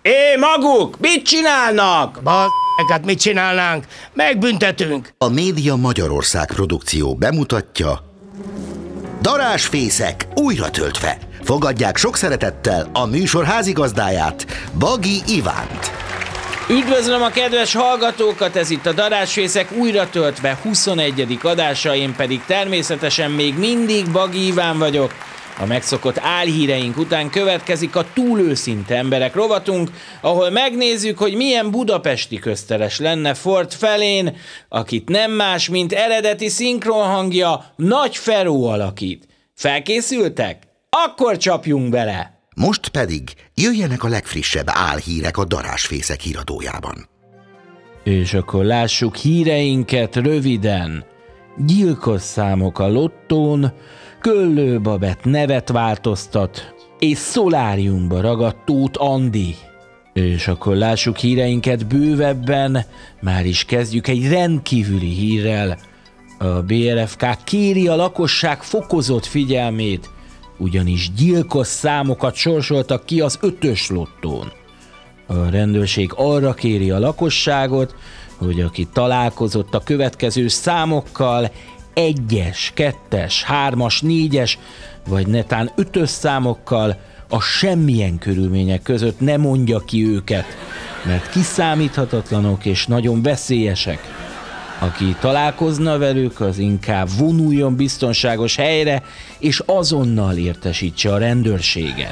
maguk, mit csinálnak? Hát mit csinálnánk? Megbüntetünk. A Média Magyarország produkció bemutatja Darázsfészek újra töltve. Fogadják sok szeretettel a műsor házigazdáját, Bagi Ivánt. Üdvözlöm a kedves hallgatókat, ez itt a Darázsfészek újra töltve 21. adása, én pedig természetesen még mindig Bagi Iván vagyok. A megszokott álhíreink után következik a túl őszinte emberek rovatunk, ahol megnézzük, hogy milyen budapesti közteres lenne Ford Felén, akit nem más, mint eredeti szinkronhangja Nagy Feró alakít. Felkészültek? Akkor csapjunk bele! Most pedig jöjjenek a legfrissebb álhírek a Darázsfészek híradójában. És akkor lássuk híreinket röviden. Gyilkos számok a lottón, Köllő Babett nevet változtat, és szoláriumba ragadt Tóth Andi. És akkor lássuk híreinket bővebben, már is kezdjük egy rendkívüli hírrel. A BRFK kéri a lakosság fokozott figyelmét, ugyanis gyilkos számokat sorsoltak ki az 5-ös lottón. A rendőrség arra kéri a lakosságot, hogy aki találkozott a következő számokkal, 1-es, 2-es, 3-as, 4-es, vagy netán 5-ös számokkal a semmilyen körülmények között ne mondja ki őket, mert kiszámíthatatlanok és nagyon veszélyesek. Aki találkozna velük, az inkább vonuljon biztonságos helyre, és azonnal értesítse a rendőrséget.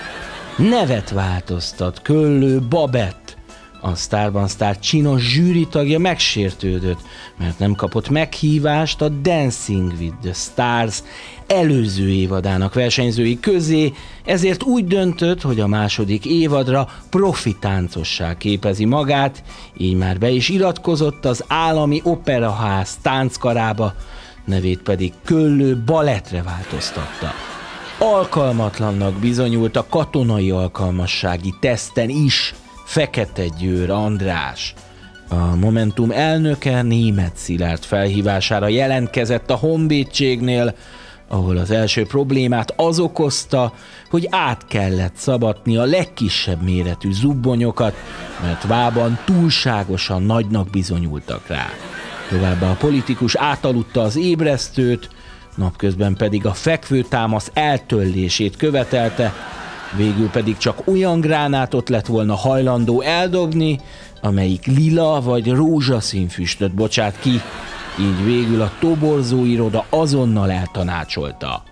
Nevet változtat Köllő Babett. A Sztárban Sztár csinos zsűritagja megsértődött, mert nem kapott meghívást a Dancing with the Stars előző évadának versenyzői közé, ezért úgy döntött, hogy a második évadra profi táncossá képezi magát, így már be is iratkozott az Állami Operaház tánckarába, nevét pedig Köllő Balettre változtatta. Alkalmatlannak bizonyult a katonai alkalmassági teszten is Fekete Győr András. A Momentum elnöke Németh Szilárd felhívására jelentkezett a honvédségnél, ahol az első problémát az okozta, hogy át kellett szabadni a legkisebb méretű zubbonyokat, mert vában túlságosan nagynak bizonyultak rá. Továbbá a politikus átaludta az ébresztőt, napközben pedig a fekvőtámasz eltörlését követelte, végül pedig csak olyan gránátot lett volna hajlandó eldobni, amelyik lila vagy rózsaszín füstöt bocsát ki, így végül a toborzó iroda azonnal eltanácsolta.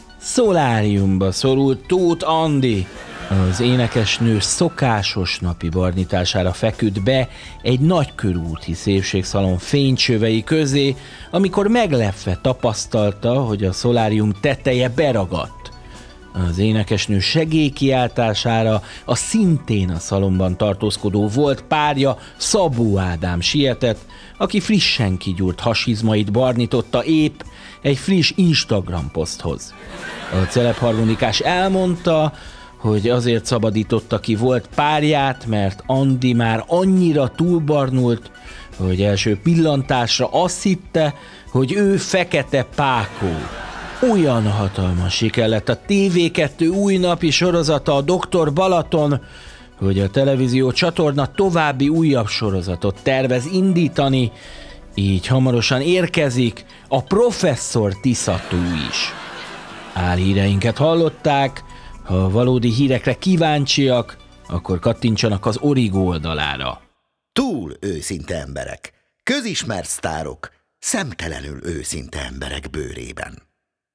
Szoláriumba szorult Tóth Andi. Az énekesnő szokásos napi barnitására feküdt be egy nagykörúti szépségszalon fénycsövei közé, amikor meglepve tapasztalta, hogy a szolárium teteje beragadt. Az énekesnő segélykiáltására a szintén a szalomban tartózkodó volt párja Szabó Ádám sietett, aki frissen kigyúrt hasizmait barnította épp egy friss Instagram poszthoz. A celebharmonikás elmondta, hogy azért szabadította ki volt párját, mert Andi már annyira túlbarnult, hogy első pillantásra azt hitte, hogy ő Fekete Pákó. Olyan hatalmas siker lett a TV2 új napi sorozata, a Dr. Balaton, hogy a televízió csatorna további újabb sorozatot tervez indítani, így hamarosan érkezik a Professzor Tiszatú is. Álhíreinket hallották, ha a valódi hírekre kíváncsiak, akkor kattintsanak az Origo oldalára. Túl őszinte emberek, közismert sztárok, szemtelenül őszinte emberek bőrében.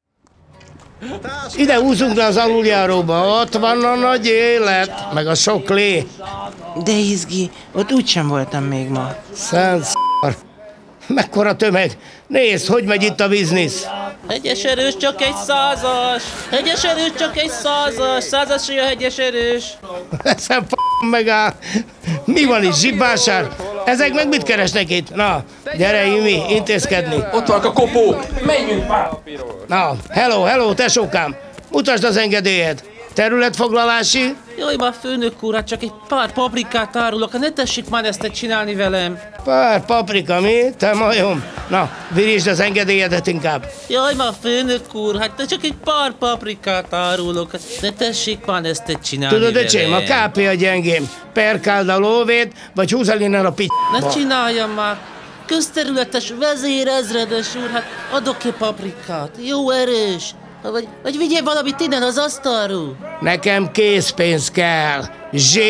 Ide húzunk le az aluljáróba, ott van a nagy élet, meg a sok lé. De izgi, ott úgysem voltam még ma. Szent szar. Mekkora tömeg. Nézd, hogy megy itt a biznisz. Hegyes erős csak egy 100-as. Hegyes erős csak egy 100-as. 100-as a hegyes erős. Eszem megáll. Mi van itt, zsibbásár? Ezek meg mit keresnek itt? Na, gyere, Imi, intézkedni. Ott vannak a kopók! Menjünk már! Na, hello, tesókám. Mutasd az engedélyed. Területfoglalási? Jaj, már főnök úr, hát csak egy pár paprikát árulok, ne tessék már ezt csinálni velem. Pár paprika, mi? Te majom. Na, virítsd az engedélyedet inkább. Jaj, már főnök úr, hát csak egy pár paprikát árulok, ne tessék már ezt csinálni Tudod, velem. öcsém, a KP a gyengém. Perkáld a lóvét, vagy húzz el innen a Ne csináljam már. Közterületes vezérezredes úr, hát adok ki paprikát. Jó erős. Vagy vigyél valamit innen az asztalról. Nekem készpénz kell. Z,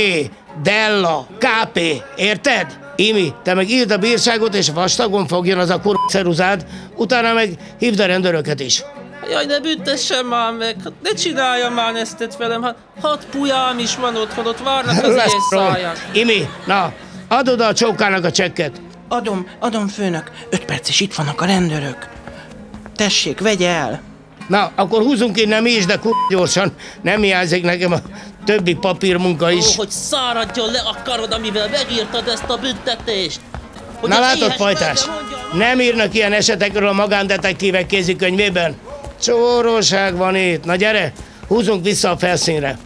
Della, KP, érted? Imi, te meg írd a bírságot, és vastagon fogjon az a ceruzád, utána meg hívd a rendőröket is. Jaj, ne büntessem már meg, hát ne csináljam már ezt velem, hát 6 pujám is van otthon, ott várnak az ilyen száját. Imi, na, add oda a csókának a csekket. Adom, főnök. 5 perc és itt vannak a rendőrök. Tessék, vegye el. Na, akkor húzunk innen mi is, de gyorsan. Nem hiányzik nekem a többi papírmunka is. Ó, hogy száradjon le a karod, amivel megírtad ezt a büntetést. Hogy Na az látod, éhes pajtás, ember mondja- nem írnak ilyen esetekről a magándetektívek kézikönyvében. Csóróság van itt. Na gyere, húzunk vissza a felszínre.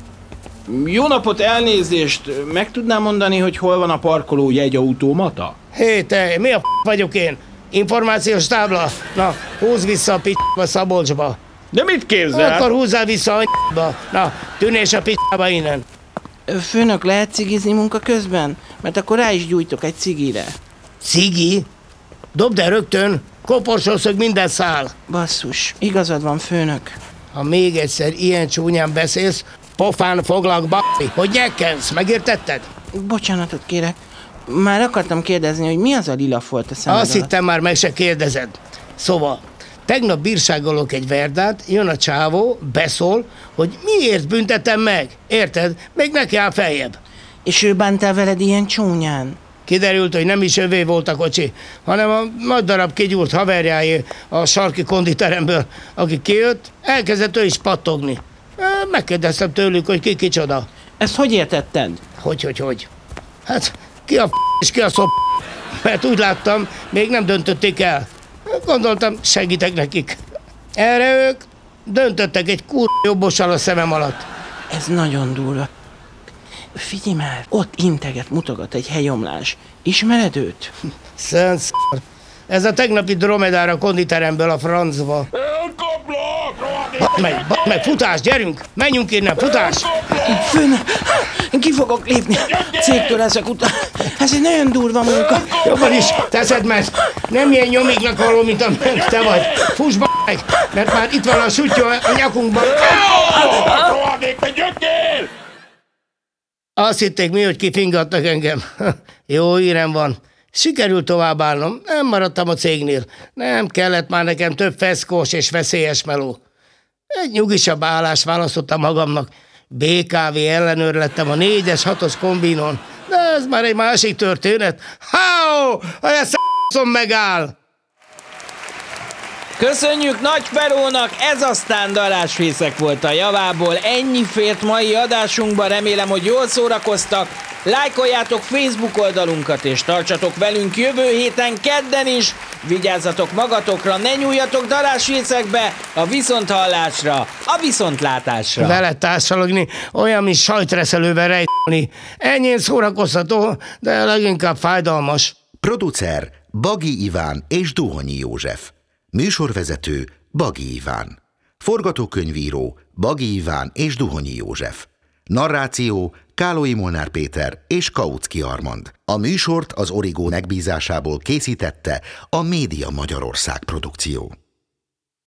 Jó napot, elnézést! Meg tudnám mondani, hogy hol van a parkoló jegyautomata? Hé, te, mi a vagyok én? Információs tábla? Na, húzz vissza a p***ba, Szabolcsba. De mit képzel? Akkor húzzál vissza a n***ba. Na, tűnés a p***ba innen. Főnök, lehet cigizni munka közben? Mert akkor rá is gyújtok egy cigire. Cigi? Dobd el rögtön, koporsószög minden szál. Basszus, igazad van, főnök. Ha még egyszer ilyen csúnyán beszélsz, pofán foglak b***i, hogy nyekkensz, megértetted? Bocsánatot kérek. Már akartam kérdezni, hogy mi az a lila folt a szemed Azt alatt? hittem már meg se kérdezed. Szóval, tegnap bírságolok egy verdát, jön a csávó, beszól, hogy miért büntetem meg. Érted? Még neki áll feljebb. És ő bántál veled ilyen csúnyán? Kiderült, hogy nem is övé volt a kocsi, hanem a nagy darab kigyúrt haverjáé a sarki konditeremből, aki kijött, elkezdett ő is pattogni. Megkérdeztem tőlük, hogy ki kicsoda. Ezt hogy értetted? Hogy? Hát ki a és ki a mert úgy láttam, még nem döntötték el. Gondoltam, segítek nekik. Erre ők döntöttek egy jobbossal a szemem alatt. Ez nagyon durva. Figyelj már, ott integet, mutogat egy helyomlás. Ismered őt? Szent szar. Ez a tegnapi dromedár a konditeremből a francba. Badd meg, futás, gyerünk! Menjünk innen, futás! Főnök, ki fogok lépni cégtől ezek után. Ez egy nagyon durva munka. Jobban is teszed, mert nem ilyen nyomiknak való, mint amilyen te vagy. Fuss meg, mert már itt van a sutyó a nyakunkban. Azt hitték mi, hogy kifingattak engem. Jó hírem van. Sikerült továbbállnom, nem maradtam a cégnél. Nem kellett már nekem több feszkós és veszélyes meló. Egy nyugisabb állást választottam magamnak. BKV ellenőr lettem a 4-es, 6-os kombinon. De ez már egy másik történet. Háó! Ha ezt a megáll! Köszönjük Nagy Ferónak, ez aztán darásfészek volt a javából. Ennyi fért mai adásunkban, remélem, hogy jól szórakoztak. Lájkoljátok Facebook oldalunkat, és tartsatok velünk jövő héten kedden is. Vigyázzatok magatokra, ne nyúljatok darásfészekbe, a viszonthallásra, a viszontlátásra. Veled társalogni, olyan, mint sajtreszelővel rejteni. Ennyien szórakoztató, de leginkább fájdalmas. Producer Bagi Iván és Duhonyi József. Műsorvezető Bagi Iván. Forgatókönyvíró Bagi Iván és Duhonyi József. Narráció Kálói Molnár Péter és Kautsky Armand. A műsort az Origo megbízásából készítette a Média Magyarország produkció.